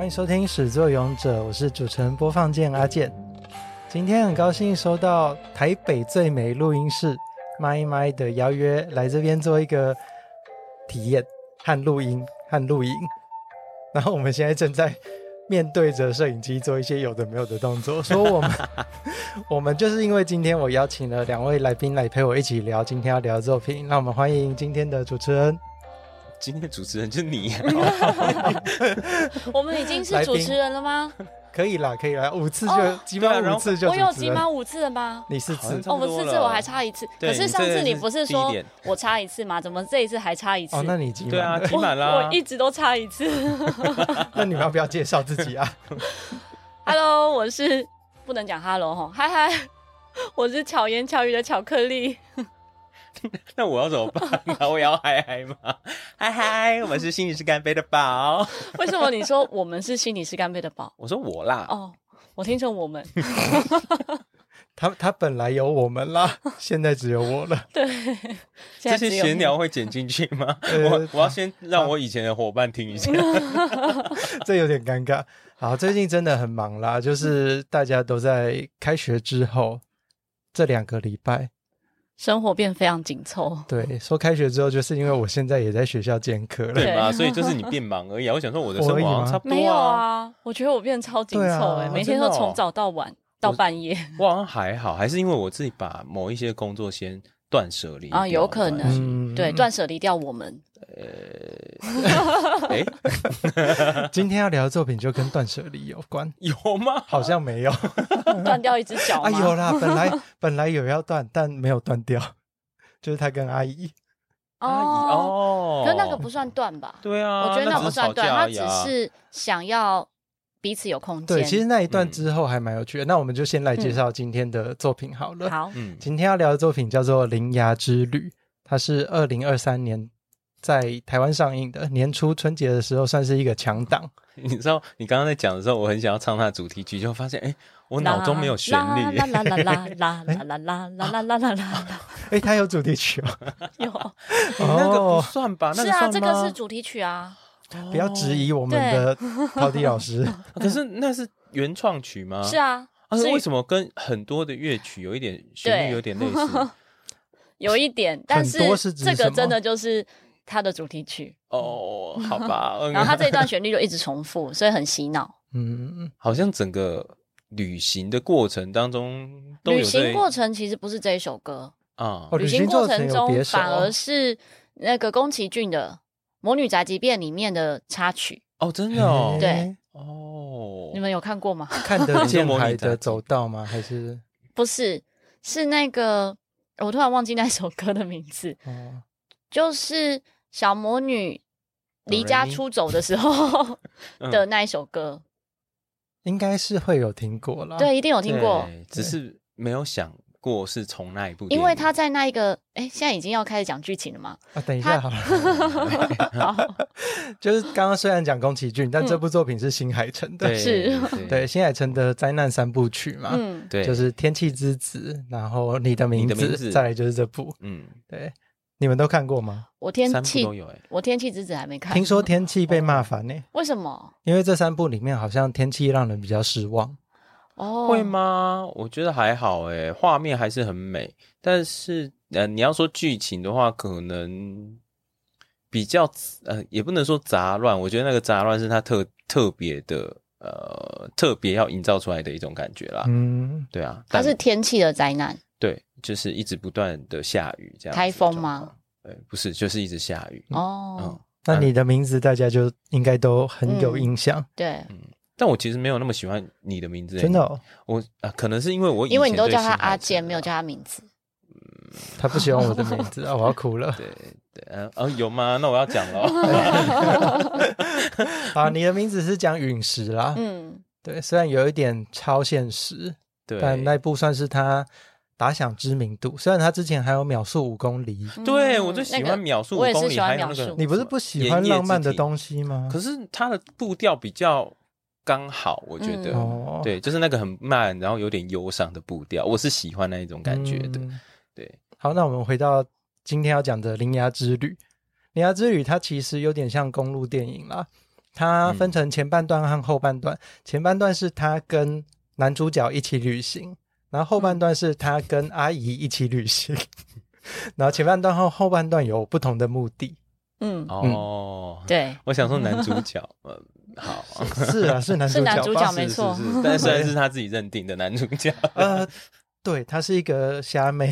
欢迎收听始作俑者，我是主持人播放键阿健。今天很高兴收到台北最美录音室麦麦的邀约，来这边做一个体验和录音和录影。然后我们现在正在面对着摄影机做一些有的没有的动作，说我们就是因为今天我邀请了2位来宾来陪我一起聊今天要聊的作品，让我们欢迎今天的主持人。 今天的主持人就是你我们已经是主持人了吗？ 可以啦，5次就集满5次就主持人。 我有集满5次了吗？ 你4次哦，我4次，我还差1次。可是上次你不是说我差1次吗？怎么这一次还差1次？ 哦，那你集满了。 对啊，集满了。 我一直都差1次。 那你们要不要介绍自己啊 ？Hello， 我是不能讲 Hello 哈，嗨嗨，我是巧言巧语的巧克力。 那我要怎么办啊？我也要嗨嗨吗？嗨嗨，我们是心理师干杯的宝。 为什么你说我们是心理师干杯的宝？ 我说我啦。 哦，我听成我们。 他本来有我们啦，现在只有我了。 对， 这些闲聊会剪进去吗？我要先让我以前的伙伴听一下。 这有点尴尬。好，最近真的很忙啦，就是大家都在开学之后这2个礼拜。 生活变非常紧凑。 对，说开学之后，就是因为我现在也在学校兼课了， 对吧？所以就是你变忙而已。我想说我的生活好像差不多没有啊，我觉得我变超紧凑每天都从早到晚到半夜。 我好像还好，还是因为我自己把某一些工作先断舍离啊， 有可能，对，断舍离掉我们。 今天要聊的作品就跟断舍离有关， 有吗？ 好像没有。 断掉一只脚吗？ 有啦，本来有要断，但没有断掉，就是他跟阿姨。 可是那个不算断吧？ 对啊， 我觉得那不算断，他只是想要彼此有空间。 对，其实那一段之后还蛮有趣的。那我们就先来介绍今天的作品好了。 好， 今天要聊的作品叫做《铃芽之旅》，它是2023年在台湾上映的，年初春节的时候算是一个强档。 你知道你刚刚在讲的时候，我很想要唱它的主题曲，就发现我脑中没有旋律。 啦啦啦啦啦啦啦啦啦啦啦啦啦。 它有主题曲哦。 有。 那个不算吧？ 是啊，这个是主题曲啊。 不要质疑我们的陶迪老师。 可是那是原创曲吗？ 是啊。 为什么跟很多的乐曲有一点旋律有点类似？ 有一点，但是这个真的就是它的主题曲哦，好吧。 然后它这一段旋律就一直重复，所以很洗脑。 好像整个旅行的过程当中都有。 旅行过程其实不是这一首歌啊， 旅行过程中反而是那个宫崎骏的《魔女宅急便》里面的插曲。 哦，真的哦。 对哦， 你们有看过吗？ 看得见海的走道吗？还是不是？是那个我突然忘记那首歌的名字。就是小魔女离家出走的时候的那一首歌。 应该是会有听过啦。 对，一定有听过， 只是没有想过是从那一部电影。 因为他在那一个现在已经要开始讲剧情了吗？ 等一下好了。好，就是刚刚虽然讲宫崎骏，但这部作品是新海诚的。 是， 对，新海诚的灾难3部曲嘛。 对， 就是天气之子，然后你的名字，再来就是这部。对，你们都看过吗？ 我天气都有我天气之子还没看。 听说天气被骂烦为什么？ 因为这3部里面好像天气让人比较失望。 会吗？我觉得还好画面还是很美，但是你要说剧情的话，可能比较也不能说杂乱，我觉得那个杂乱是它特别的特别要营造出来的一种感觉啦。对啊， 它是天气的灾难。 对，就是一直不断的下雨这样。 台风吗？ 不是，就是一直下雨。 那你的名字大家就应该都很有印象。 对。 但我其实没有那么喜欢你的名字。 真的哦？ 我可能是因为我以前因为你都叫他阿健，没有叫他名字。 他不喜欢我的名字我要哭了。 对，有吗？那我要讲了。 好，你的名字是讲陨石啦。对，虽然有一点超现实，但那部算是他打响知名度。虽然他之前还有秒速5公里。 对，我就喜欢秒速5公里，还有那个。 你不是不喜欢浪漫的东西吗？ 可是他的步调比较刚好，我觉得。对，就是那个很慢，然后有点忧伤的步调，我是喜欢那一种感觉的。对， 好，那我们回到今天要讲的《铃芽之旅》。《铃芽之旅》它其实有点像公路电影啦， 它分成前半段和后半段，前半段是他跟男主角一起旅行，然后后半段是他跟阿姨一起旅行然后前半段和后半段有不同的目的。 对， 我想说男主角好是啊，是男主角， 是男主角没错， 但虽然是他自己认定的男主角对，他是一个虾妹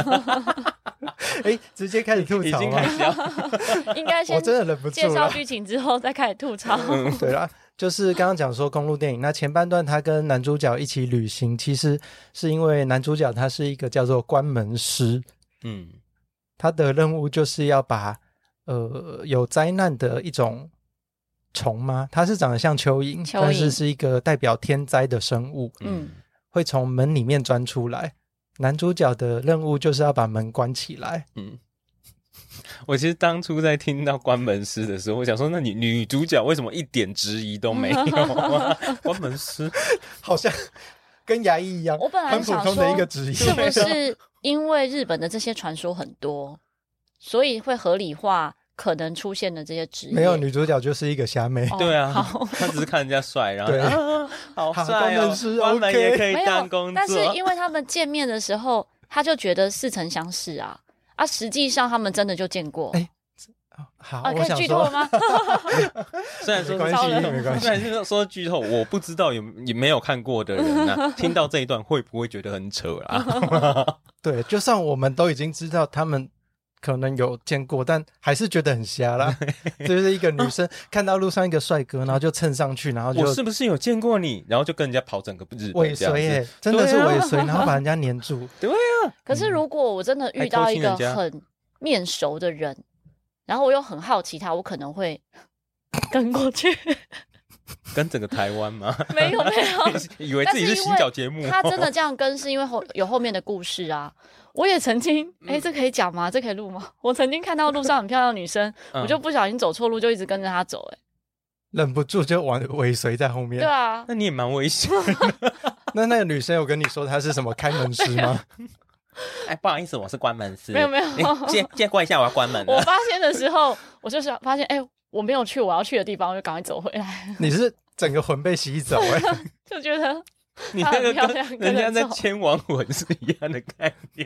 直接开始吐槽已经开始要应该先我真的忍不住了介绍剧情之后再开始吐槽对啦，就是刚刚讲说公路电影，那前半段他跟男主角一起旅行，其实是因为男主角他是一个叫做关门师，他的任务就是要把有灾难的一种虫吗？它是长得像蚯蚓，但是是一个代表天灾的生物，会从门里面钻出来。男主角的任务就是要把门关起来。 我其实当初在听到关门师的时候，我想说，那你女主角为什么一点质疑都没有啊？关门师好像跟牙医一样， 我本来很普通的一个质疑， 是不是因为日本的这些传说很多，所以会合理化可能出现的这些职业？ 没有，女主角就是一个虾妹。 对啊，她只是看人家帅，然后好帅哦， 关门也可以当工作。 但是因为他们见面的时候，他就觉得似曾相识啊，实际上他们真的就见过。 好， 可以剧透了吗？ 虽然说没关系， 虽然是说剧透，我不知道也没有看过的人啊，听到这一段会不会觉得很扯啦？ 对，就算我们都已经知道他们可能有见过，但还是觉得很瞎啦。就是一个女生看到路上一个帅哥，然后就蹭上去，然后就我是不是有见过你？然后就跟人家跑整个日本尾随耶，真的是尾随，然后把人家黏住。 对啊。 可是如果我真的遇到一个很面熟的人，然后我又很好奇他，我可能会跟过去。 跟整个台湾吗？ 没有以为自己是行脚节目。 他真的这样跟是因为有后面的故事啊。我也曾经这可以讲吗？这可以录吗？我曾经看到路上很漂亮的女生，我就不小心走错路，就一直跟着她走。 忍不住就尾随在后面。 对啊， 那你也蛮危险的。那个女生有跟你说她是什么开门师吗？ 不好意思，我是关门师。 没有借过一下，我要关门了。 我发现的时候，我就是发现我没有去我要去的地方，我就赶快走回来。 你是整个魂被吸走就觉得你那个跟人家在牵亡魂是一样的概念。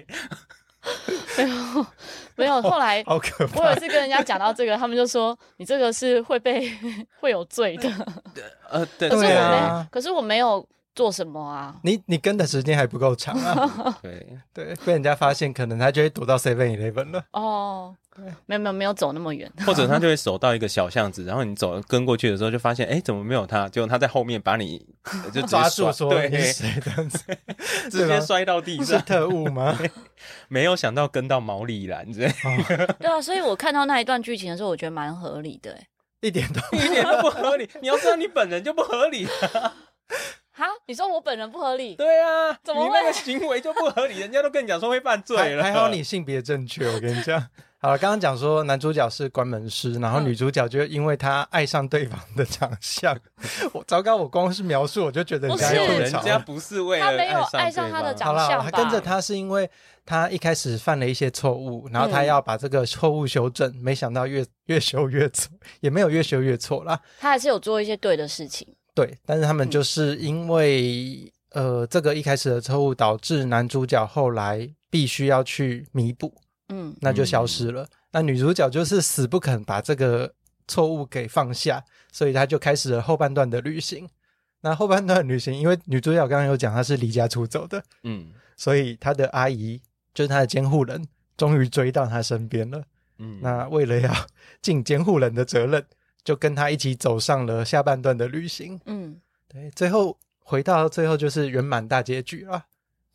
没有，后来好可怕。 我有一次跟人家讲到这个，他们就说你这个是会有罪的。 对啊， 可是我没有做什么啊。 你跟的时间还不够长啊。对，被人家发现，可能他就会躲到 7-Eleven 了。 没有走那么远。 或者他就会走到一个小巷子，然后你跟过去的时候就发现怎么没有他，结果他在后面把你就抓住说对， 你是谁这样子， 直接摔到地上。 是特务吗？ 没有想到跟到毛利兰之类。 对啊，所以我看到那一段剧情的时候，我觉得蛮合理的。 一点都不合理。你要知道你本人就不合理哈，你说我本人不合理？ 对啊， 怎么会？ 你那个行为就不合理，人家都跟你讲说会犯罪了。 还好你性别正确，我跟你讲。好了，刚刚讲说男主角是关门师，然后女主角就因为他爱上对方的长相。糟糕，我光是描述我就觉得人家不是为了他没有爱上他的长相吧？ 他跟着他是因为他一开始犯了一些错误，然后他要把这个错误修正，没想到越修越错，也没有越修越错啦。 他还是有做一些对的事情。 对，但是他们就是因为这个一开始的错误导致男主角后来必须要去弥补，那就消失了。那女主角就是死不肯把这个错误给放下，所以她就开始了后半段的旅行。那后半段的旅行，因为女主角刚刚有讲她是离家出走的，所以她的阿姨就是她的监护人，终于追到她身边了。那为了要尽监护人的责任，就跟她一起走上了下半段的旅行。对，最后回到最后就是圆满大结局啦。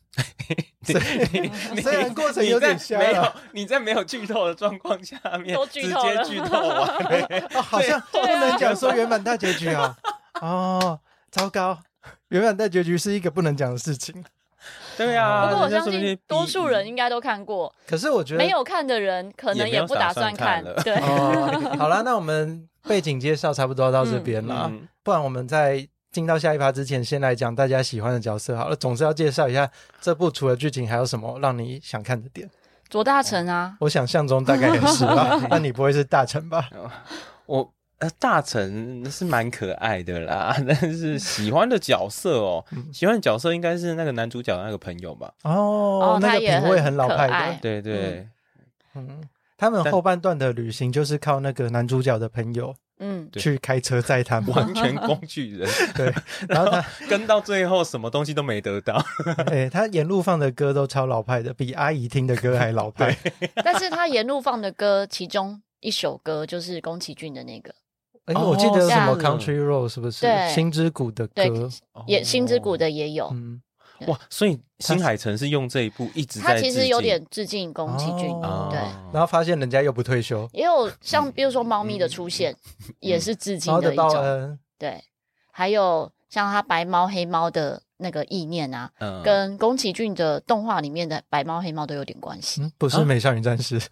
虽然过程有点瞎了， 你在没有剧透的状况下面直接剧透完好像不能讲说圆满大结局啊。糟糕，圆满大结局是一个不能讲的事情。 对啊， 不过我相信多数人应该都看过， 可是我觉得没有看的人可能也不打算看。对， 好啦，那我们背景介绍差不多到这边啦，不然我们在进到下一趴之前，先来讲大家喜欢的角色好了。总是要介绍一下这部除了剧情还有什么让你想看的点。 卓大成啊， 我想象中大概也是吧。那你不会是大成吧？ 大成是蛮可爱的啦，但是喜欢的角色哦，喜欢的角色应该是那个男主角的那个朋友吧？ 哦，那个品味很老派的， 对对， 他们后半段的旅行就是靠那个男主角的朋友，去开车载他们， 完全工具人。 对，然后他跟到最后什么东西都没得到。 他沿路放的歌都超老派的，比阿姨听的歌还老派。 但是他沿路放的歌，其中一首歌就是宫崎骏的那个。 我记得有什么 Country Road 是不是？ 对， 星之谷的歌， 也星之谷的也有。 哇，所以新海诚是用这一部一直在致敬， 他其实有点致敬宫崎骏，对。 然后发现人家又不退休， 也有像比如说猫咪的出现，也是致敬的一种。对，还有像他白猫黑猫的那个意念啊，跟宫崎骏的动画里面的白猫黑猫都有点关系。 不是美少女战士。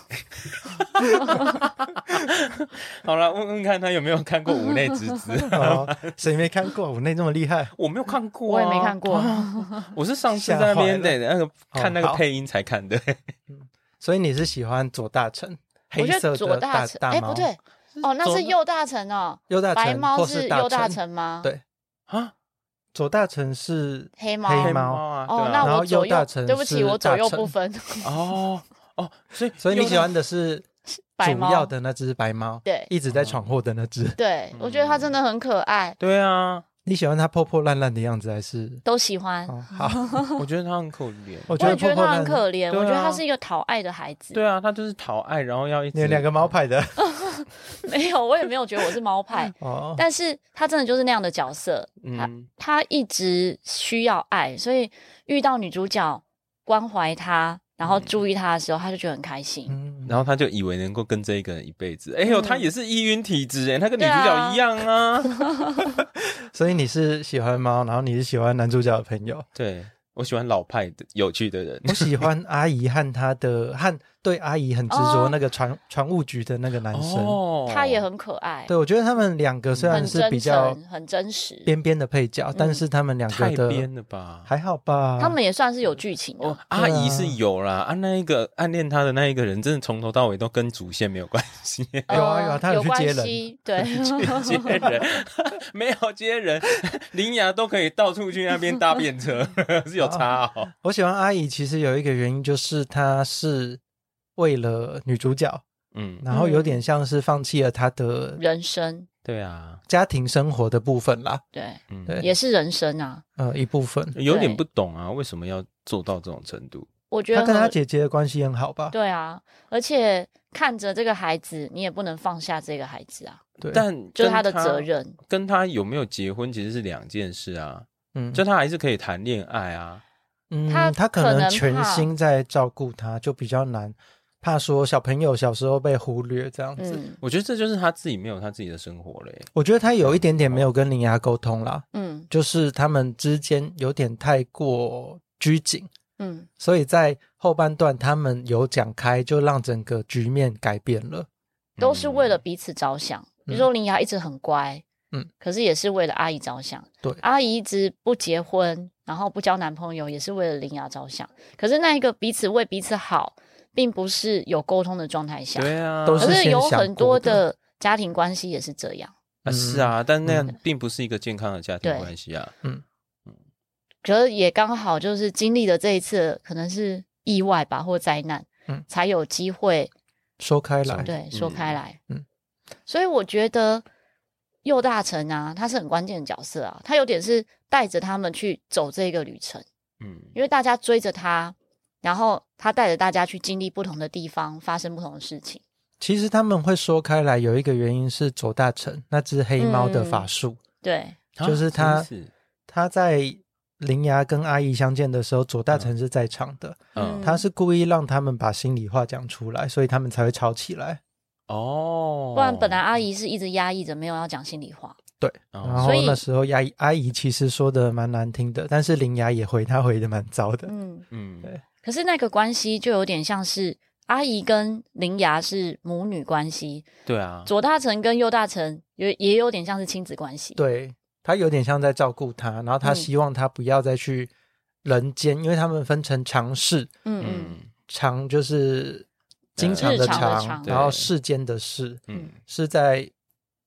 好了，问问看他有没有看过五内之子。 谁没看过五内这么厉害？ 我没有看过， 我也没看过。 我是上次在那边看那个配音才看的。 所以你是喜欢左大成黑色的大猫？ 不对那是右大成哦。 右大成， 白猫是右大成吗？ 对啊，左大成是黑猫啊。 那我右大成， 对不起，我左右不分。 所以你喜欢的是主要的那只白猫， 对， 一直在闯祸的那只。 对，我觉得它真的很可爱。 对啊， 你喜欢它破破烂烂的样子还是都喜欢？ 好，我觉得它很可怜。 我也觉得它很可怜，我觉得它是一个讨爱的孩子。 对啊，它就是讨爱，然后要一直。 你有两个猫派的？ 没有，我也没有觉得我是猫派。但是它真的就是那样的角色，他一直需要爱，所以遇到女主角关怀他，然后注意他的时候，他就觉得很开心。 然后他就以为能够跟这一个人一辈子。他也是易晕体质他跟女主角一样啊。 所以你是喜欢猫，然后你是喜欢男主角的朋友。 对，我喜欢老派的有趣的人。 我喜欢阿姨和对阿姨很执着那个船务局的那个男生， 他也很可爱。 对，我觉得他们两个虽然是比较很真实边边的配角，但是他们两个的太边了吧？ 还好吧？ 他们也算是有剧情的。 阿姨是有啦，那一个暗恋他的那一个人，真的从头到尾都跟主线没有关系。 有啊，他有去接人， 对， 接人没有接人，铃芽都可以到处去那边搭便车，是有差哦。 我喜欢阿姨，其实有一个原因就是她是为了女主角，然后有点像是放弃了她的人生， 对啊， 家庭生活的部分啦， 对，也是人生啊， 一部分。 有点不懂啊，为什么要做到这种程度？ 我觉得他跟他姐姐的关系很好吧？ 对啊，而且看着这个孩子，你也不能放下这个孩子啊。 对， 但就是他的责任， 跟他有没有结婚其实是两件事啊。就他还是可以谈恋爱啊。 他可能全心在照顾他，就比较难。怕说小朋友小时候被忽略这样子， 我觉得这就是他自己没有他自己的生活了耶。 我觉得他有一点点没有跟铃芽沟通啦，就是他们之间有点太过拘谨，所以在后半段他们有讲开，就让整个局面改变了， 都是为了彼此着想。比如说铃芽一直很乖，可是也是为了阿姨着想。 对， 阿姨一直不结婚，然后不交男朋友，也是为了铃芽着想。可是那一个彼此为彼此好，并不是有沟通的状态下。 对啊， 可是有很多的家庭关系也是这样。 是啊，但那样并不是一个健康的家庭关系啊。 可是也刚好就是经历了这一次可能是意外吧，或灾难，才有机会说开来。 对，说开来。所以我觉得右大成啊，他是很关键的角色啊，他有点是带着他们去走这个旅程。因为大家追着他，然后他带着大家去经历不同的地方，发生不同的事情。 其实他们会说开来有一个原因是左大成那只黑猫的法术， 对， 就是他在铃芽跟阿姨相见的时候，左大成是在场的，他是故意让他们把心里话讲出来，所以他们才会吵起来。 不然本来阿姨是一直压抑着没有要讲心里话。 对，然后那时候阿姨其实说的蛮难听的，但是铃芽也回的蛮糟的。 对。可是那个关系就有点像是阿姨跟铃芽是母女关系， 对啊， 左大成跟右大成也有点像是亲子关系。 对，他有点像在照顾他，然后他希望他不要再去人间，因为他们分成常事，常就是经常的常，然后世间的事，是在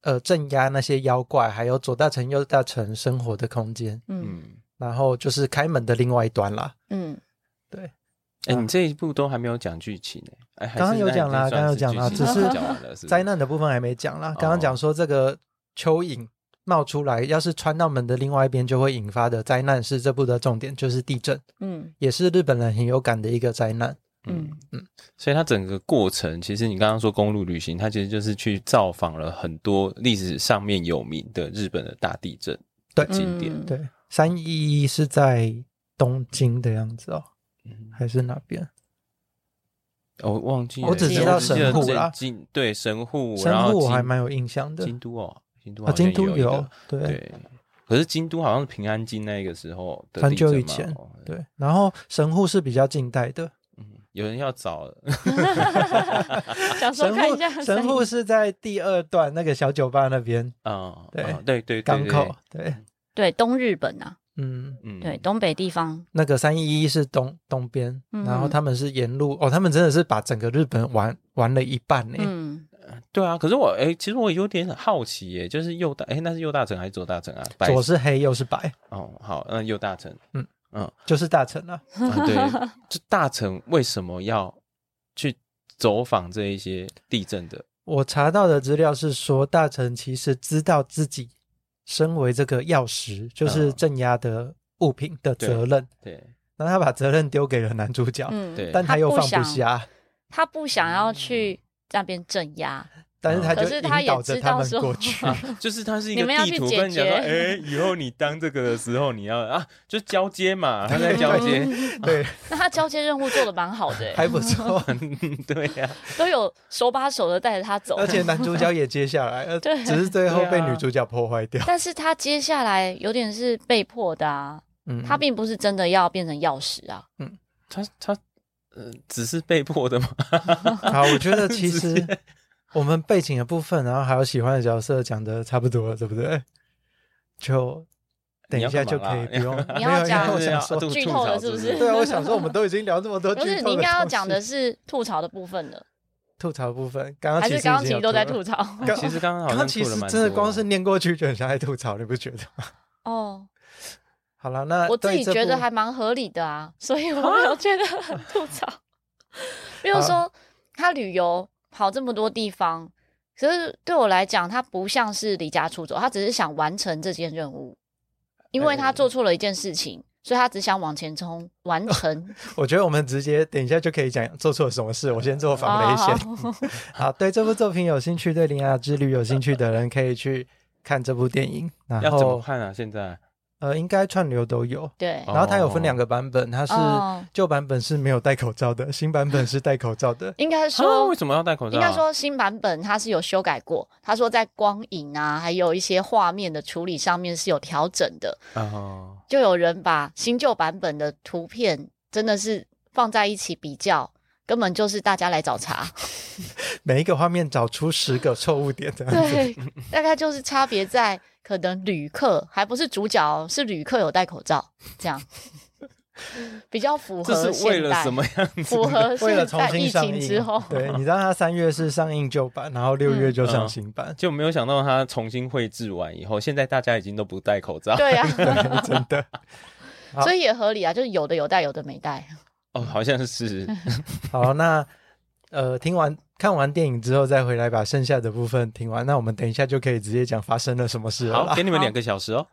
镇压那些妖怪，还有左大臣右大臣生活的空间。然后就是开门的另外一端啦。对。 你这一部都还没有讲剧情刚刚有讲啦，刚刚有讲啦，只是灾难的部分还没讲啦。刚刚讲说这个蚯蚓冒出来，要是穿到门的另外一边就会引发的灾难，是这部的重点，就是地震。也是日本人很有感的一个灾难。 所以它整个过程，其实你刚刚说公路旅行，它其实就是去造访了很多历史上面有名的日本的大地震的景点。 对，311是在东京的样子哦。还是哪边？ 我忘记了， 我只知道神户啦。 对，神户我还蛮有印象的。 京都京都有对。 可是京都好像是平安京那个时候的很地震嘛， 久以前。对，然后神户是比较近代的。 有人要找了。 想说看一下神户是在第2段那个小酒吧那边。 对， 港口。 对，东日本啊。对，东北地方那个311是东边，然后他们是沿路他们真的是把整个日本玩了一半呢。 对啊，可是其实我有点好奇耶，就是那是右大臣还是左大臣啊？ 左是黑，右是白。 好，右大臣， 就是大臣啊。 对，就大臣为什么要去走访这一些地震的？ 我查到的资料是说，大臣其实知道自己身为这个钥匙，就是镇压的物品的责任。 对， 然后他把责任丢给了男主角。但他又放不下， 他不想要去那边镇压。 但是他就引导着他们过去。 就是他是一个地图，跟你讲说，以后你当这个的时候，你要就交接嘛，他在交接。 对， 那他交接任务做得蛮好的， 还不错。 对呀， 都有手把手的带着他走， 而且男主角也接下来，只是最后被女主角破坏掉。 但是他接下来有点是被迫的啊，他并不是真的要变成钥匙啊。 他只是被迫的吗？ 好，我觉得其实我们背景的部分，然后还有喜欢的角色讲的差不多了，对不对？就等一下就可以不用。 你要讲我想说剧透了是不是？ 对啊，我想说我们都已经聊这么多剧透的东西。 不是，你应该要讲的是吐槽的部分的。 吐槽的部分，刚刚还是刚刚其实都在吐槽。 其实刚刚好像其实真的光是念过去就很像在吐槽，你不觉得吗？好了，那我自己觉得还蛮合理的啊，所以我没有觉得很吐槽。比如说他旅游跑这么多地方，可是对我来讲，他不像是离家出走，他只是想完成这件任务，因为他做错了一件事情，所以他只想往前冲完成。 我觉得我们直接等一下就可以讲做错了什么事，我先做防雷线。好，对这部作品有兴趣，对铃芽之旅有兴趣的人可以去看这部电影。然后要怎么看啊？现在应该串流都有。 对， 然后它有分2个版本，它是旧版本是没有戴口罩的，新版本是戴口罩的。 应该说为什么要戴口罩？ 应该说新版本它是有修改过，他说在光影啊，还有一些画面的处理上面是有调整的。就有人把新旧版本的图片真的是放在一起比较，根本就是大家来找茬。 每一个画面找出10个错误点这样子。 对，大概就是差别在可能旅客还不是主角，是旅客有戴口罩，这样比较符合现代。 这是为了什么样子？ 符合为了重新疫上映情之后。 对，你知道他3月是上映旧版，然后6月就上新版， 就没有想到他重新绘制完以后，现在大家已经都不戴口罩。 对啊， 真的， 所以也合理啊，就是有的有戴，有的没戴。 好像是。 好，那看完电影之后再回来把剩下的部分听完，那我们等一下就可以直接讲发生了什么事了。 好，给你们2个小时哦。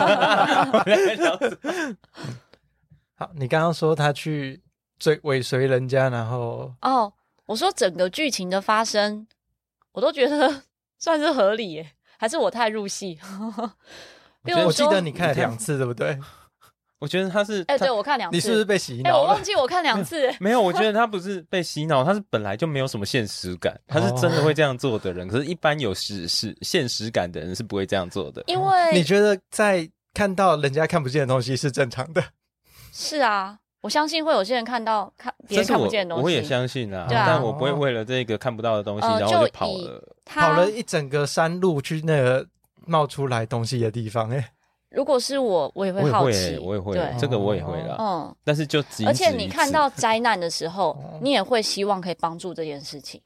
好，你刚刚说他去尾随人家，然后我说整个剧情的发生，我都觉得算是合理耶，还是我太入戏？ 我记得你看了2次，对不对？ 我觉得他是对，我看2次。 你是不是被洗脑了？ 我忘记我看2次。 没有，我觉得他不是被洗脑，他是本来就没有什么现实感，他是真的会这样做的人。可是，一般有现实感的人是不会这样做的。 因为你觉得在看到人家看不见的东西是正常的？ 是啊，我相信会有些人看别人看不见的东西。 我也相信啊， 对啊， 但我不会为了这个看不到的东西，然后就跑了， 跑了一整个山路去那个冒出来东西的地方。 如果是我也会好奇， 我也会，这个我也会啦。但是就而且你看到灾难的时候，你也会希望可以帮助这件事情。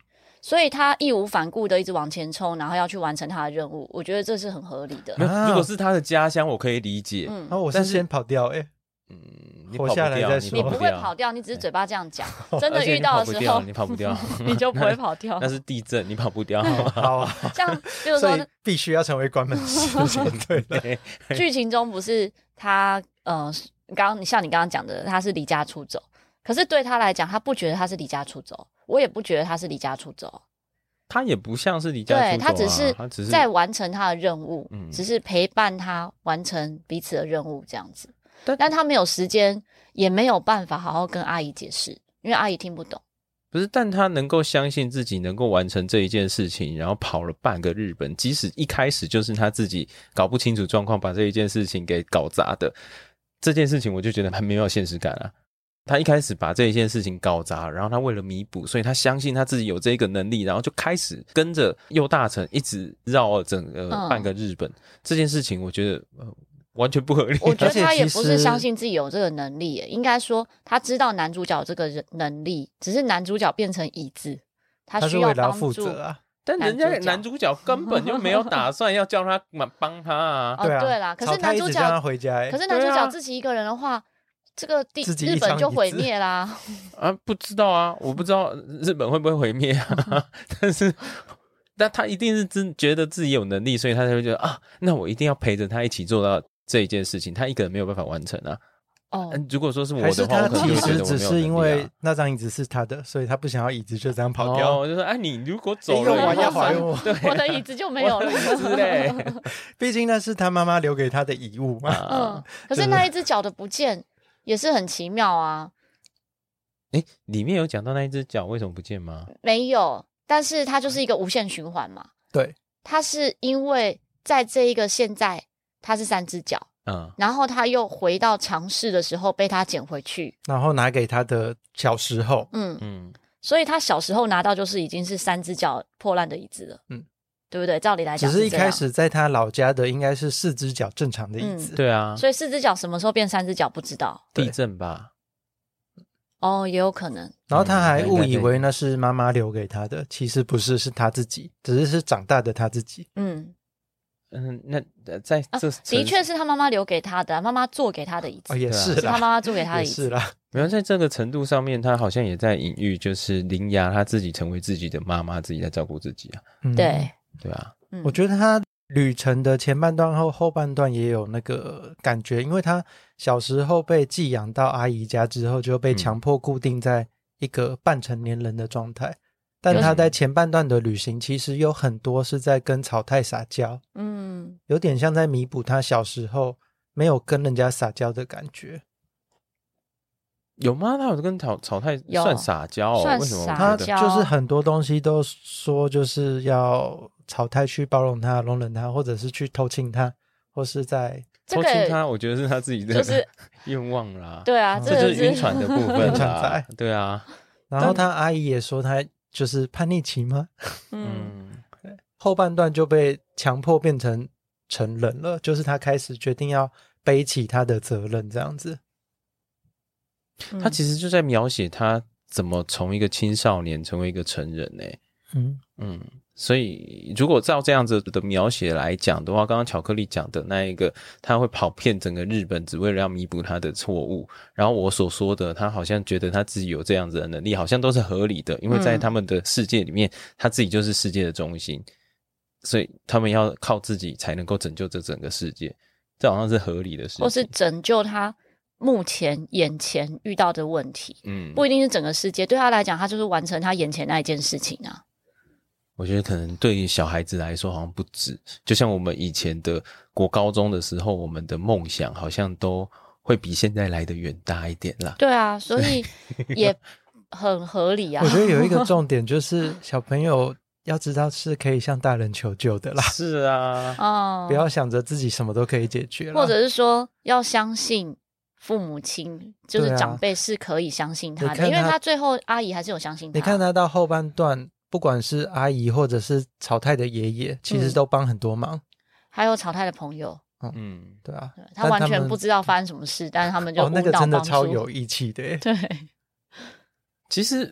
所以他义无反顾的一直往前冲，然后要去完成他的任务，我觉得这是很合理的。 如果是他的家乡，我可以理解。 然后我是先跑掉， 你跑不掉， 你不会跑掉，你只是嘴巴这样讲，真的遇到的时候你跑不掉， 你就不会跑掉。 那是地震，你跑不掉。 好啊， 像比如说必须要成为关门师。对， 剧情中不是他像你刚刚讲的，他是离家出走，可是对他来讲，他不觉得他是离家出走，我也不觉得他是离家出走。 他也不像是离家出走， 对，他只是在完成他的任务，只是陪伴他完成彼此的任务这样子。但他没有时间，也没有办法好好跟阿姨解释，因为阿姨听不懂。 不是，但他能够相信自己能够完成这一件事情，然后跑了半个日本，即使一开始就是他自己搞不清楚状况，把这一件事情给搞砸的，这件事情我就觉得很没有现实感啊。他一开始把这一件事情搞砸，然后他为了弥补，所以他相信他自己有这个能力，然后就开始跟着右大臣一直绕了整个半个日本。这件事情我觉得完全不合理。 我觉得他也不是相信自己有这个能力耶，应该说他知道男主角这个能力，只是男主角变成椅子，他需要帮助啊。 但人家男主角根本就没有打算要叫他帮他啊。 对啦，可是男主角叫他回家， 可是男主角自己一个人的话，这个日本就毁灭啦。 不知道啊，我不知道日本会不会毁灭啊。但他一定是觉得自己有能力，所以他才会觉得那我一定要陪着他一起做到这一件事情，他一个人没有办法完成啊。如果说是我的话， 还是他其实只是因为那张椅子是他的，所以他不想要椅子就这样跑掉。 就说你如果走了， 我的椅子就没有了。 毕竟那是他妈妈留给他的遗物嘛。 可是那一只脚的不见也是很奇妙啊。 里面有讲到那一只脚为什么不见吗？ 没有，但是它就是一个无限循环嘛。 对， 它是因为在这一个现在它是3只脚。然后他又回到尝试的时候被他捡回去， 然后拿给他的小时候， 所以他小时候拿到就是已经是3只脚破烂的椅子了，对不对？照理来讲只是一开始在他老家的应该是4只脚正常的椅子， 对啊， 所以4只脚什么时候变3只脚不知道， 地震吧？ 也有可能。 然后他还误以为那是妈妈留给他的，其实不是，是他自己，只是长大的他自己。 那在这的确是他妈妈留给他的，妈妈做给他的椅子， 也是他妈妈做给他的椅子， 是啦。 没有，在这个程度上面，他好像也在隐喻，就是铃芽他自己成为自己的妈妈，自己在照顾自己啊。对啊， 我觉得他旅程的前半段后半段也有那个感觉，因为他小时候被寄养到阿姨家之后，就被强迫固定在一个半成年人的状态。但他在前半段的旅行其实有很多是在跟草太撒娇，有点像在弥补他小时候没有跟人家撒娇的感觉。 有吗？他有跟草太算撒娇为什么？ 他就是很多东西都说就是要草太去包容他、容忍他，或者是去偷亲他，或是在偷亲他，我觉得是他自己的愿望啦。 对啊， 这就是晕船的部分啦。对啊， 然后他阿姨也说他就是叛逆期吗？后半段就被强迫变成成人了，就是他开始决定要背起他的责任这样子。 他其实就在描写他怎么从一个青少年成为一个成人所以如果照这样子的描写来讲的话，刚刚巧克力讲的那一个他会跑遍整个日本只为了要弥补他的错误，然后我所说的他好像觉得他自己有这样子的能力，好像都是合理的，因为在他们的世界里面他自己就是世界的中心，所以他们要靠自己才能够拯救这整个世界，这好像是合理的事情， 或是拯救他目前眼前遇到的问题，不一定是整个世界，对他来讲他就是完成他眼前那一件事情啊。 我觉得可能对于小孩子来说好像不止，就像我们以前的国高中的时候，我们的梦想好像都会比现在来的远大一点啦。 对啊，所以也很合理啊。 我觉得有一个重点就是小朋友要知道是可以向大人求救的啦。 是啊， 不要想着自己什么都可以解决啦， 或者是说要相信父母亲，就是长辈是可以相信他的，因为他最后阿姨还是有相信他。 你看他到后半段，不管是阿姨或者是草太的爷爷，其实都帮很多忙， 还有草太的朋友。 对啊， 他完全不知道发生什么事，但是他们就那个真的超有义气的。 对， 其实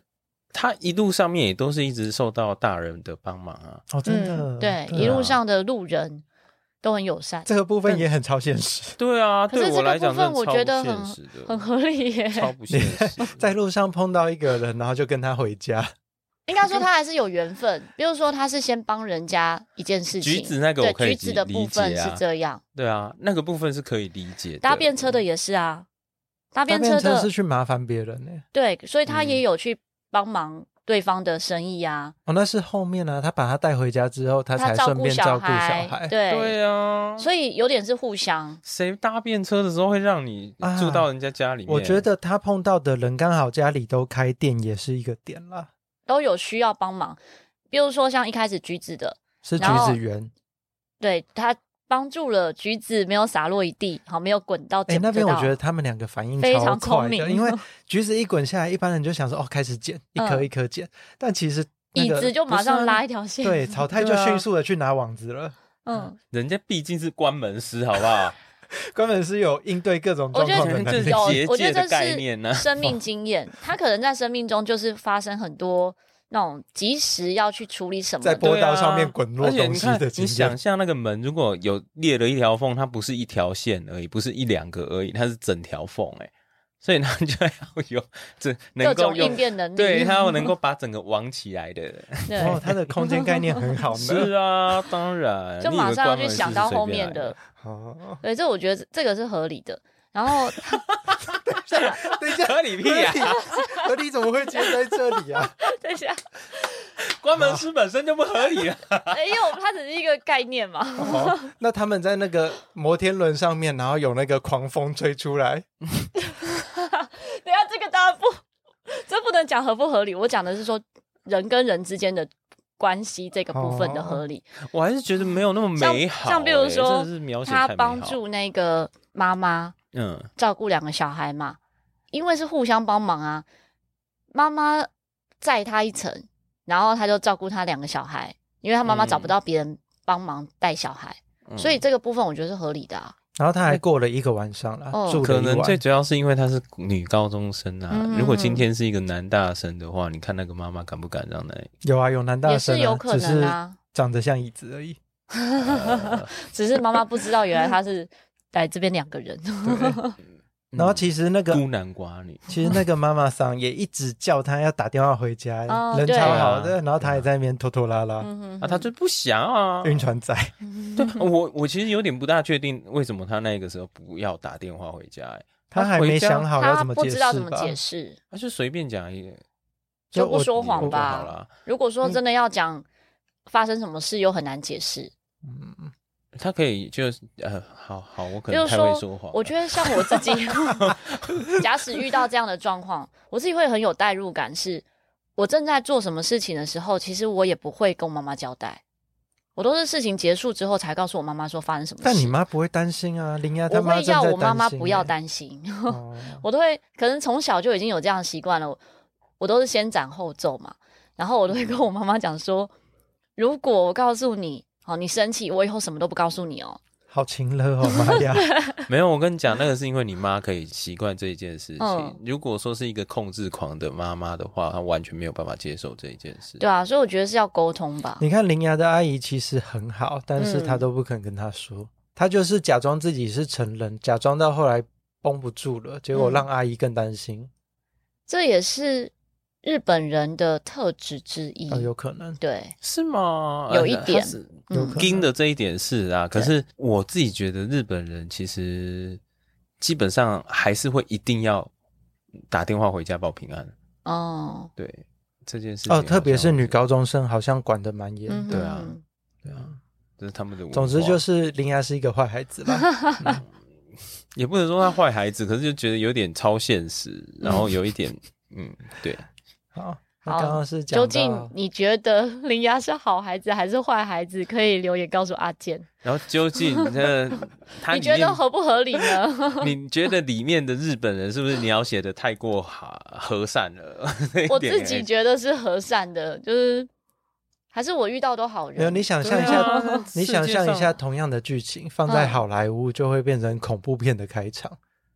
他一路上面也都是一直受到大人的帮忙啊。 哦，真的， 对，一路上的路人都很友善， 这个部分也很超现实。 对啊， 可是对我来讲这个部分我觉得很合理耶， 超不现实。 在路上碰到一个人，然后就跟他回家。 应该说他还是有缘分，比如说他是先帮人家一件事情， 橘子那个我可以橘子的部分是这样， 对啊，那个部分是可以理解的。 搭便车的也是啊，搭便车的是去麻烦别人呢， 对，所以他也有去帮忙对方的生意啊。 哦，那是后面啊，他把他带回家之后，他才顺便照顾小孩。 对啊， 所以有点是互相。 谁搭便车的时候会让你住到人家家里面？ 我觉得他碰到的人刚好家里都开店，也是一个点啦。 都有需要帮忙，比如说像一开始橘子的是橘子园， 对，他帮助了橘子没有洒落一地，好，没有滚到那边我觉得他们两个反应非常聪明， 因为橘子一滚下来，一般人就想说开始捡一颗一颗捡，但其实椅子就马上拉一条线， 对，草太就迅速的去拿网子了。 人家毕竟是关门师，好不好？ 关门师有应对各种状况的能力， 我觉得这是生命经验，他可能在生命中就是发生很多那种及时要去处理什么， 在坡道上面滚落东西的经验。 你想象那个门如果有裂了一条缝，它不是一条线而已，不是一两个而已，它是整条缝所以他就要有各种应变能力， 对，他要能够把整个网起来的。 哦，他的空间概念很好呢。 是啊，当然， 就马上要去想到后面的。对，这我觉得这个是合理的。然后， 等一下， 合理屁啊！ 合理怎么会接在这里啊？ 等一下， 关门师本身就不合理了。 因为它只是一个概念嘛。 那他们在那个摩天轮上面，然后有那个狂风吹出来。 等一下，这个当然这不能讲合不合理。我讲的是说人跟人之间的关系这个部分的合理。 我还是觉得没有那么美好。 像比如说，他帮助那个妈妈，照顾2个小孩嘛，因为是互相帮忙啊。妈妈载他一程，然后他就照顾他2个小孩，因为他妈妈找不到别人帮忙带小孩，所以这个部分我觉得是合理的啊。 然后他还过了1个晚上啦，住了1晚。 可能最主要是因为她是女高中生啊。如果今天是一个男大生的话，你看那个妈妈敢不敢让有啊，有男大生也是有可能啊， 长得像椅子而已。 只是妈妈不知道原来他是来这边2个人。 然后其实那个孤男寡女， 其实那个妈妈桑也一直叫他要打电话回家，人超好的，然后他也在那边拖拖拉拉， 他就不想啊， 晕船仔。 对，我其实有点不大确定为什么他那个时候不要打电话回家， 他还没想好要怎么解释吧， 他不知道怎么解释， 他就随便讲一个， 就不说谎吧。如果说真的要讲发生什么事，又很难解释。 他可以就好，我可能太会说谎。 我觉得像我自己，假使遇到这样的状况，我自己会很有代入感，是我正在做什么事情的时候，其实我也不会跟我妈妈交代，我都是事情结束之后才告诉我妈妈说发生什么事。 但你妈不会担心啊，林雅他妈我会要我妈妈不要担心，我都会，可能从小就已经有这样的习惯了，我都是先斩后奏嘛，然后我都会跟我妈妈讲说，如果我告诉你你生气，我以后什么都不告诉你哦。 好情勒哦，妈呀！ 没有，我跟你讲，那个是因为你妈可以习惯这一件事情。如果说是一个控制狂的妈妈的话，她完全没有办法接受这一件事。 对啊，所以我觉得是要沟通吧。 你看林雅的阿姨其实很好，但是她都不肯跟她说，她就是假装自己是成人，假装到后来绷不住了，结果让阿姨更担心。 这也是日本人的特质之一， 有可能， 对， 是吗？ 有一点， 盯的这一点是啊，可是我自己觉得日本人其实基本上还是会一定要打电话回家报平安。对这件事情， 特别是女高中生，好像管得蛮严。 对啊，这是他们的文化。 总之就是林雅是一个坏孩子啦。 也不能说他坏孩子，可是就觉得有点超现实，然后有一点对。 好，刚刚是讲到， 究竟你觉得林雅是好孩子还是坏孩子？可以留言告诉阿健。 然后究竟他你觉得合不合理呢？ 你觉得里面的日本人是不是描写的太过和善了？ 我自己觉得是和善的，就是还是我遇到都好人。 没有，你想象一下，你想象一下同样的剧情放在好莱坞，就会变成恐怖片的开场。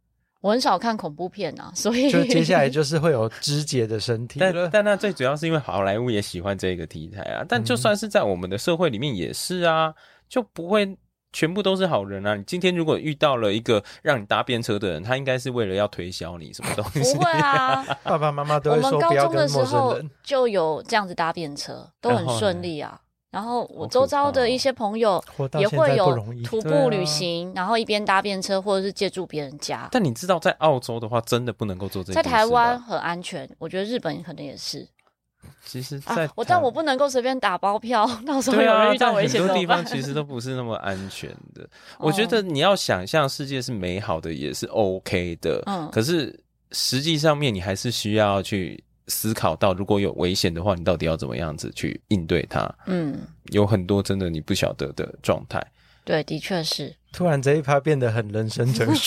我很少看恐怖片啊，所以就接下来就是会有肢解的身体了。 但那最主要是因为好莱坞也喜欢这个题材啊，但就算是在我们的社会里面也是啊，就不会全部都是好人啊。你今天如果遇到了一个让你搭便车的人，他应该是为了要推销你什么东西？ 不会啊， 爸爸妈妈都会说不要跟陌生人。 就有这样子搭便车，都很顺利啊。然后我周遭的一些朋友也会有徒步旅行，然后一边搭便车或者是借住别人家。 但你知道在澳洲的话真的不能够做这件事， 在台湾很安全，我觉得日本可能也是。 其实在但我不能够随便打包票，到时候有人遇到危险很多地方其实都不是那么安全的。我觉得你要想象世界是美好的也是 OK 的，可是实际上面你还是需要去思考到如果有危险的话，你到底要怎么样子去应对它。有很多真的你不晓得的状态。 对，的确是。 突然这一趴变得很人生哲学。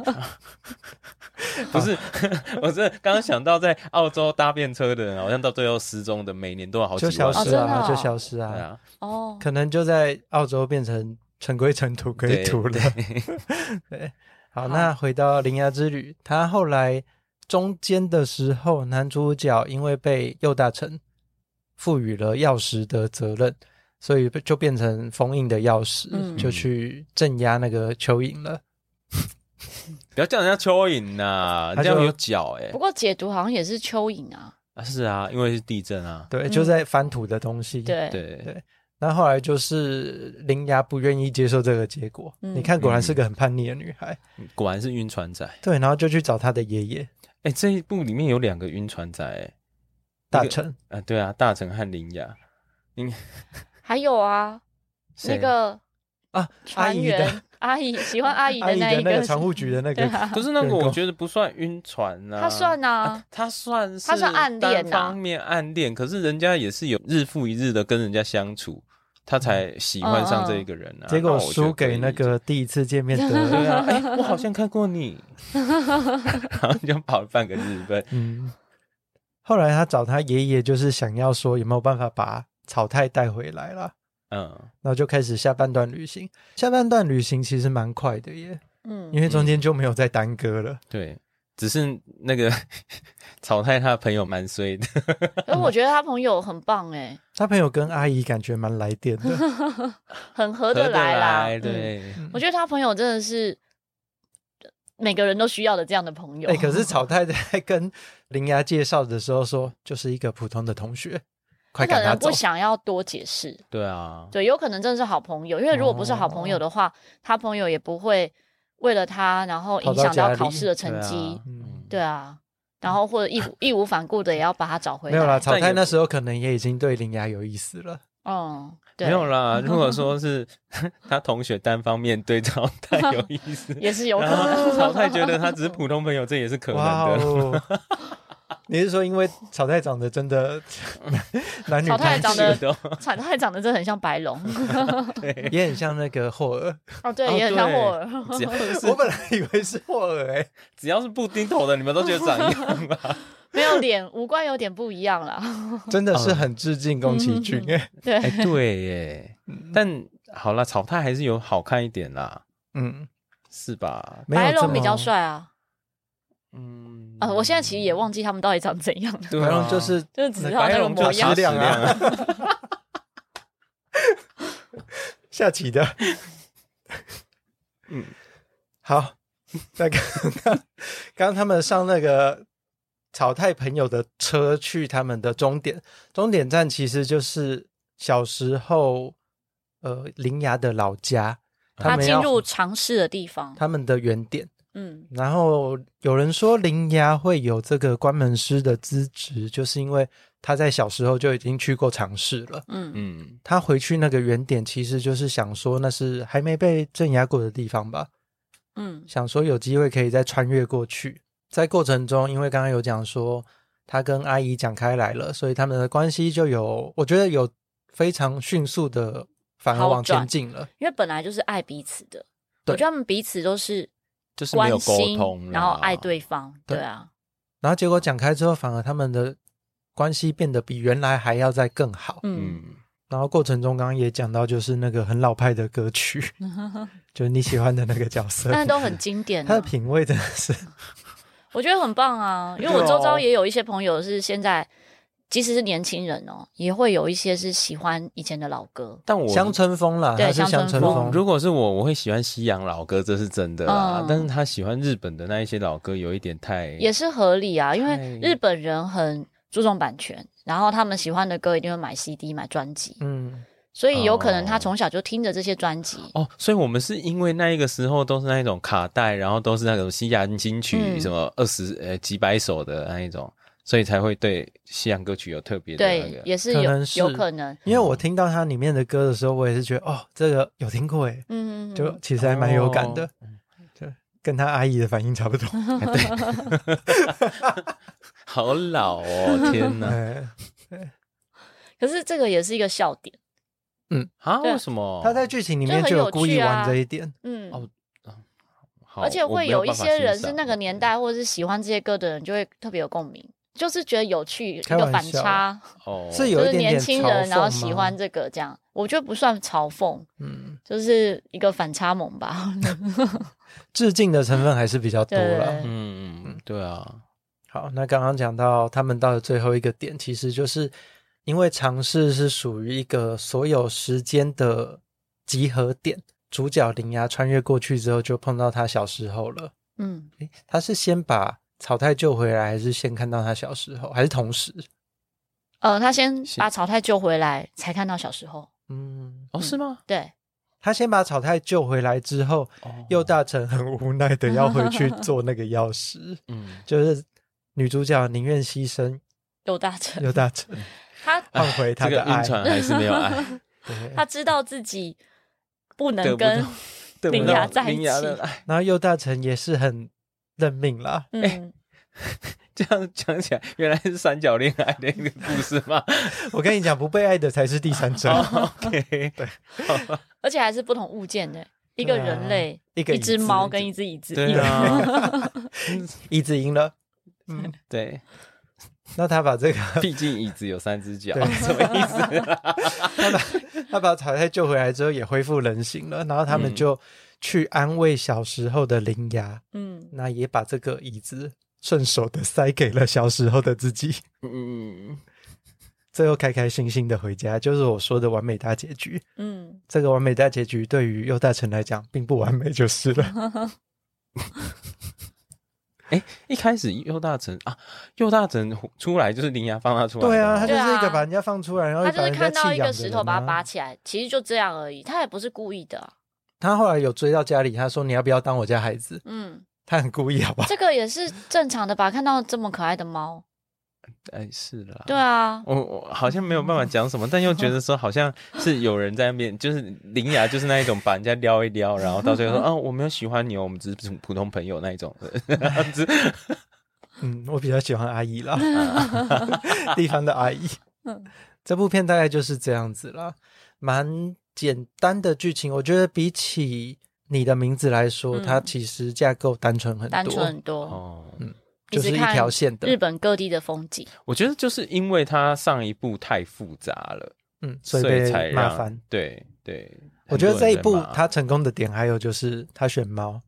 不是，我是刚刚想到在澳洲搭便车的人好像到最后失踪的每年都有好几万， 就消失啊，就消失啊。对啊，可能就在澳洲变成尘归尘土归土了。对，好，那回到铃芽之旅，他后来中间的时候，男主角因为被右大臣赋予了药石的责任，所以就变成封印的药石，就去镇压那个蚯蚓了。 不要叫人家蚯蚓啊，人家有脚不过解毒好像也是蚯蚓啊。 是啊，因为是地震啊。 对，就在翻土的东西。 对。 那后来就是铃芽不愿意接受这个结果。你看，果然是个很叛逆的女孩。 果然是晕船仔。 对，然后就去找她的爷爷。 这一部里面有2个晕船仔。 大臣。 对啊，大臣和铃芽。 还有啊，那个船员阿姨喜欢阿姨的那一个船务局的那个， 可是那个我觉得不算晕船啊。 他算啊， 他算暗恋单方面暗恋，可是人家也是有日复一日的跟人家相处，他才喜欢上这一个人啊。 结果输给那个第一次见面的。 对啊，我好像看过你，然后就跑了半个日本。 后来他找他爷爷，就是想要说有没有办法把草太带回来啦。然后就开始下半段旅行。下半段旅行其实蛮快的耶，因为中间就没有再耽搁了。 对，只是那个草太他的朋友蛮衰的。 而我觉得他朋友很棒耶， 他朋友跟阿姨感觉蛮来电的， 很合得来啦。 对， 我觉得他朋友真的是每个人都需要的这样的朋友。 可是草太在跟铃芽介绍的时候说，就是一个普通的同学。 他可能不想要多解释。 对啊， 对，有可能真的是好朋友，因为如果不是好朋友的话，他朋友也不会为了他然后影响到考试的成绩。对啊，然后或者义无反顾的也要把他找回来。 没有啦，草太那时候可能也已经对铃芽有意思了。 对， 没有啦。如果说是他同学单方面对草太有意思， 也是有可能。 草太觉得他只是普通朋友，这也是可能的。 你是说因为草太长得真的男女草太长得真的很像白龙。 对， 也很像那个霍尔。 对，也很像霍尔。 我本来以为是霍尔只要是布丁头的你们都觉得长一样吧。 没有脸，五官有点不一样啦。 真的是很致敬宫崎骏对耶。但好啦，草太还是有好看一点啦。是吧？ 白龙比较帅啊。我现在其实也忘记他们到底长怎样了。 白龙就是只知道那个模样啊。下棋的。好，那刚他们上那个草太朋友的车去他们的终点站，其实就是小时候铃芽的老家， 他进入尝试的地方， 他们的原点。然后有人说铃芽会有这个关门师的资质，就是因为他在小时候就已经去过尝试了。他回去那个原点其实就是想说那是还没被镇压过的地方吧。想说有机会可以再穿越过去。在过程中因为刚刚有讲说他跟阿姨讲开来了，所以他们的关系就有，我觉得有非常迅速的反而往前进了。 因为本来就是爱彼此的，我觉得他们彼此都是就是没有沟通， 然后爱对方。对啊， 然后结果讲开之后反而他们的关系变得比原来还要再更好。 然后过程中刚刚也讲到，就是那个很老派的歌曲，就是你喜欢的那个角色， 但是都很经典、啊。 他的品味真的是， 我觉得很棒啊，因为我周遭也有一些朋友是现在，即使是年轻人哦，也会有一些是喜欢以前的老歌。 但我乡村风啦， 对他是乡村风。 如果是我会喜欢西洋老歌，这是真的啦。但是他喜欢日本的那一些老歌，有一点太也是合理啊，因为日本人很注重版权，然后他们喜欢的歌一定会买 CD 买专辑，所以有可能他从小就听着这些专辑所以我们是因为那一个时候都是那一种卡带，然后都是那种西洋金曲，什么几百首的那一种，所以才会对西洋歌曲有特别的那个。 对，也是有可能。 因为我听到它里面的歌的时候，我也是觉得这个有听过耶，就其实还蛮有感的，就跟他阿姨的反应差不多。 对，好老哦，天哪！ 可是这个也是一个笑点。 为什么？ 他在剧情里面就有故意玩这一点。 而且会有一些人是那个年代或者是喜欢这些歌的人，就会特别有共鸣，就是觉得有趣，一个反差。 是有一点点就是年轻人然后喜欢这个这样，我觉得不算嘲讽，就是一个反差萌吧。 致敬的成分还是比较多了。 对啊。 好，那刚刚讲到他们到了最后一个点，其实就是因为尝试是属于一个所有时间的集合点，主角铃芽穿越过去之后就碰到他小时候了。他是先把草太救回来，还是先看到他小时候，还是同时？ 他先把草太救回来才看到小时候。 是吗？ 对， 他先把草太救回来之后，右大臣很无奈的要回去做那个钥匙。就是女主角宁愿牺牲右大臣， 他换回他的爱， 这个晕船还是没有爱。 他知道自己不能跟铃芽在一起， 然后右大臣也是很认命啦。 这样讲起来，原来是三角恋爱的一个故事吗？ 我跟你讲，不被爱的才是第三者。 OK， 对， 而且还是不同物件的，一个人类，一只猫跟一只椅子。 对啊， 椅子赢了。 对。 那他把这个， 毕竟椅子有3只脚，什么意思？ 他把草太救回来之后也恢复人形了，然后他们就去安慰小时候的铃芽，那也把这个椅子顺手的塞给了小时候的自己，最后开开心心的回家，就是我说的完美大结局。这个完美大结局对于右大臣来讲并不完美就是了。 一开始右大臣出来就是铃芽放他出来。 对啊，他就是一个把人家放出来，然后他就是看到一个石头把他拔起来，其实就这样而已，他也不是故意的。他后来有追到家里，他说你要不要当我家孩子？他很故意好不好？ 这个也是正常的吧，看到这么可爱的猫。 是啦。 对啊， 我好像没有办法讲什么，但又觉得说好像是有人在那边，就是铃芽就是那一种把人家撩一撩，然后到最后说我没有喜欢你哦，我们只是普通朋友那一种的。 我比较喜欢阿姨啦，地方的阿姨。这部片大概就是这样子啦，蛮简单的剧情，我觉得比起你的名字来说，它其实架构单纯很多。就是一条线的日本各地的风景。 我觉得就是因为它上一部太复杂了， 所以才麻烦。 对， 我觉得这一部它成功的点还有就是它选猫。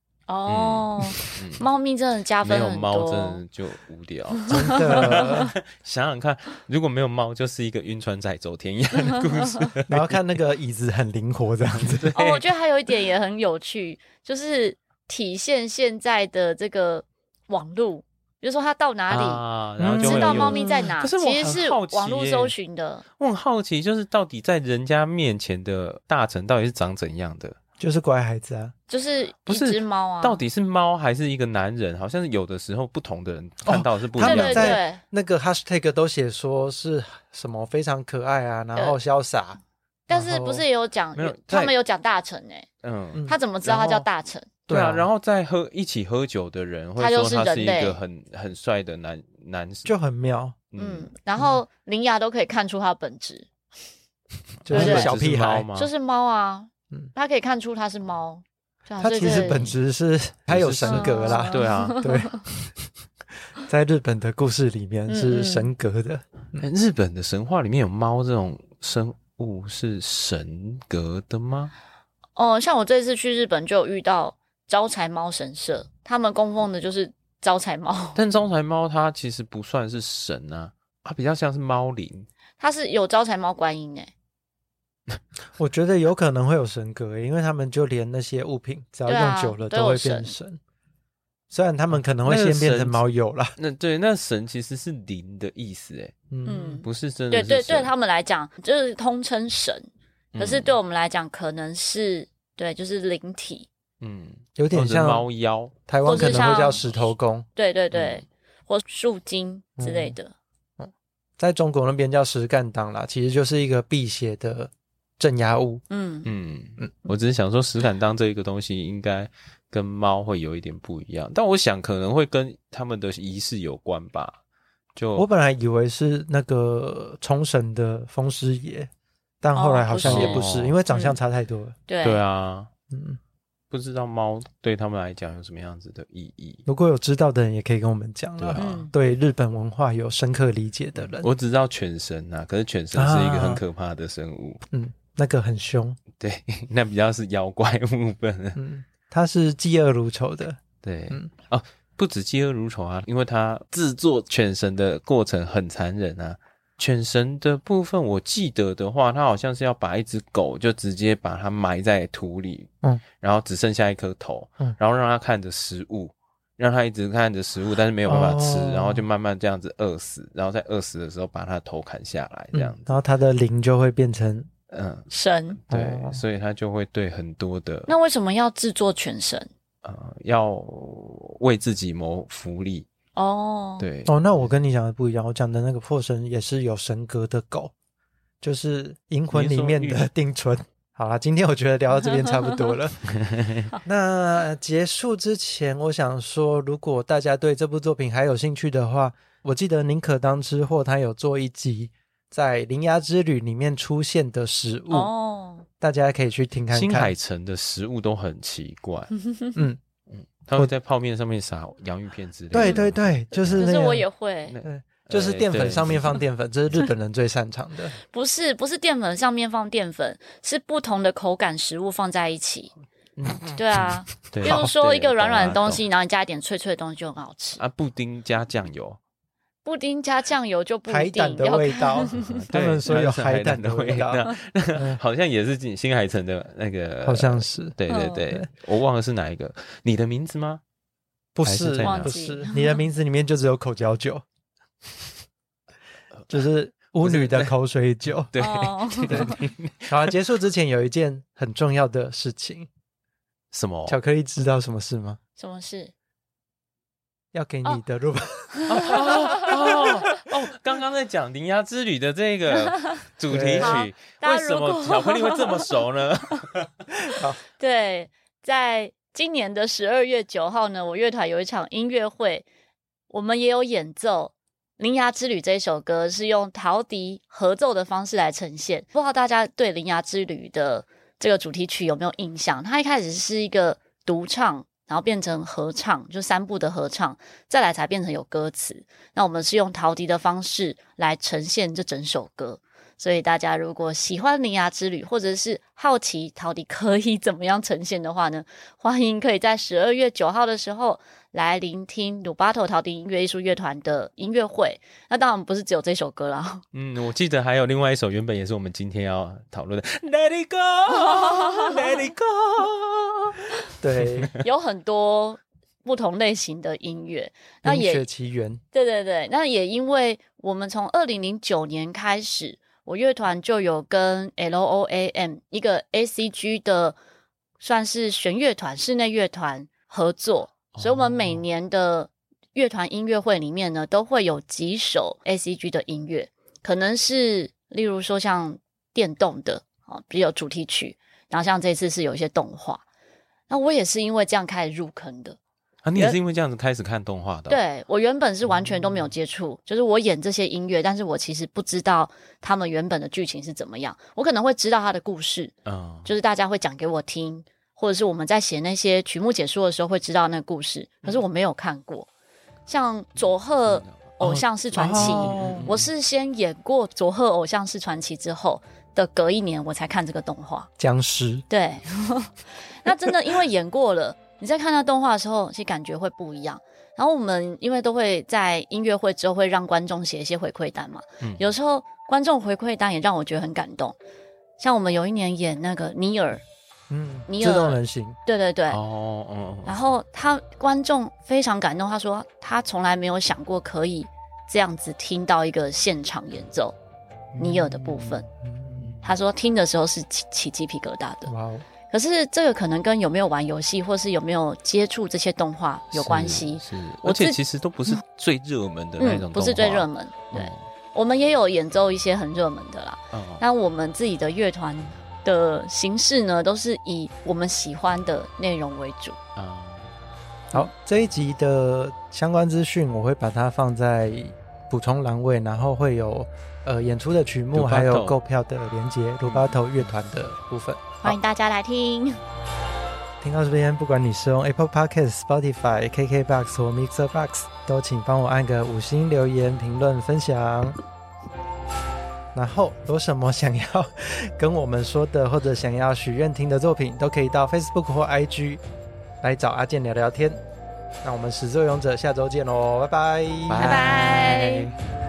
猫咪真的加分很多， 没有猫真的就无聊， 真的。 想想看，如果没有猫，就是一个晕船仔走天涯的故事。 然后看那个椅子很灵活这样子。 我觉得还有一点也很有趣，就是体现现在的这个网路，比如说他到哪里，然后就知道猫咪在哪，其实是网路搜寻的。 我很好奇，就是到底在人家面前的大臣到底是长怎样的？ 就是乖孩子啊， 就是一只猫啊。 到底是猫还是一个男人？好像是有的时候不同的人看到是不一样的。 他们在那个 hashtag 都写说是什么非常可爱啊，然后潇洒。 但是不是也有讲，他们有讲大臣他怎么知道他叫大臣？ 对啊，然后在一起喝酒的人会说他是一个很帅的男士， 就很妙。 然后铃芽都可以看出他本质， 就是小屁孩， 就是猫啊。他可以看出他是猫， 他其实本质是他有神格啦。 对啊， 对，在日本的故事里面是神格的。 日本的神话里面有猫这种物是神格的吗？ 像我这次去日本就有遇到招财猫神社，他们供奉的就是招财猫。 但招财猫它其实不算是神啊，它比较像是猫灵。 它是有招财猫观音我觉得有可能会有神格，因为他们就连那些物品只要用久了都会变神。虽然他们可能会先变成猫友啦。 那神其实是灵的意思不是真的是神。 对他们来讲就是通称神，可是对我们来讲可能是对就是灵体， 有点像猫妖， 台湾可能会叫石头公， 对，或树精之类的。 在中国那边叫石干当啦，其实就是一个辟邪的镇压物。 我只是想说石敢当这一个东西应该跟猫会有一点不一样，但我想可能会跟他们的仪式有关吧。 我本来以为是那个冲绳的风师爷，但后来好像也不是，因为长相差太多了。 对啊，不知道猫对他们来讲有什么样子的意义。 如果有知道的人也可以跟我们讲啦。对日本文化有深刻理解的人。 我只知道犬神啊，可是犬神是一个很可怕的生物。 那个很凶。 对，那比较是妖怪部分。 它是嫉恶如仇的。 对，不止嫉恶如仇啊，因为它制作犬神的过程很残忍啊。犬神的部分我记得的话，它好像是要把一只狗就直接把它埋在土里，然后只剩下一颗头，然后让它看着食物，让它一直看着食物，但是没有办法吃，然后就慢慢这样子饿死，然后在饿死的时候把它的头砍下来这样子， 然后它的灵就会变成神。 对，所以它就会对很多的。 那为什么要制作犬神？ 要为自己谋福利。对那我跟你讲的不一样，我讲的那个破神也是有神格的狗，就是银魂里面的定春。好啦，今天我觉得聊到这边差不多了。那结束之前我想说，如果大家对这部作品还有兴趣的话，我记得宁可当吃货他有做一集在铃芽之旅里面出现的食物，大家可以去听看看。 新海诚的食物都很奇怪。他会在泡面上面撒洋芋片之类的。 对，就是那个。 可是我也会。 就是淀粉上面放淀粉，这是日本人最擅长的。 不是淀粉上面放淀粉，是不同的口感食物放在一起。对啊，比如说一个软软的东西，然后你加一点脆脆的东西就很好吃。 布丁加酱油。 布丁加酱油就不一定。 海胆的味道，他们说有海胆的味道， 好像也是新海诚的那个， 好像是。 对，我忘了是哪一个。你的名字吗？ 不是，你的名字里面就只有口嚼酒，就是巫女的口水酒。 对。 好，结束之前有一件很重要的事情。 什么？ 巧克力知道什么事吗？ 什么事？ 要给你的录刚刚在讲《铃芽之旅》的这个主题曲，为什么巧克力会这么熟呢？ 对，在今年的12月9号呢，我乐团有一场音乐会，我们也有演奏《铃芽之旅》这一首歌，是用陶笛合奏的方式来呈现。不知道大家对《铃芽之旅》的这个主题曲有没有印象？它一开始是一个独唱，然后变成合唱，就3部的合唱，再来才变成有歌词。那我们是用陶笛的方式来呈现这整首歌，所以大家如果喜欢铃芽之旅，或者是好奇陶笛可以怎么样呈现的话呢，欢迎可以在12月9号的时候来聆听鲁巴头陶笛音乐艺术乐团的音乐会。那当然不是只有这首歌啦， 我记得还有另外一首，原本也是我们今天要讨论的Let It Go Let It Go。 对， 有很多不同类型的音乐。那也冰雪奇缘。 对，那也因为我们从2009年开始，我乐团就有跟 LOAM 一个 ACG 的算是弦乐团室内乐团合作，所以我们每年的乐团音乐会里面呢，都会有几首 ACG 的音乐，可能是例如说像电动的比如有主题曲，然后像这次是有一些动画。那我也是因为这样开始入坑的。 你也是因为这样子开始看动画的？ 对，我原本是完全都没有接触，就是我演这些音乐，但是我其实不知道他们原本的剧情是怎么样。我可能会知道他的故事，就是大家会讲给我听，或者是我们在写那些曲目解说的时候会知道那个故事，可是我没有看过。像佐贺偶像式传奇》我是先演过佐贺偶像式传奇之后的隔一年我才看这个动画僵尸。 对那真的因为演过了，你在看那动画的时候其实感觉会不一样。然后我们因为都会在音乐会之后会让观众写一些回馈单嘛，有时候观众回馈单也让我觉得很感动。像我们有一年演那个尼尔自动人形， 对对对，然后观众非常感动，他说他从来没有想过可以这样子听到一个现场演奏尼尔的部分，他说听的时候是起鸡皮疙瘩的。哇哦！可是这个可能跟有没有玩游戏或是有没有接触这些动画有关系， 是，而且其实都不是最热门的那种动画， 不是最热门，对，我们也有演奏一些很热门的啦。那我们自己的乐团的形式呢，都是以我们喜欢的内容为主。 好，这一集的相关资讯我会把它放在补充栏位，然后会有演出的曲目还有购票的连结，鲁巴头乐团的部分， 欢迎大家来听。 听到这边，不管你是用 Apple Podcast、Spotify、KKBOX 或 Mixer Box， 都请帮我按个5星留言、评论、分享。然后有什么想要跟我们说的，或者想要许愿听的作品，都可以到 Facebook 或 IG 来找阿健聊聊天。那我们始作俑者下周见咯，拜拜， 拜拜。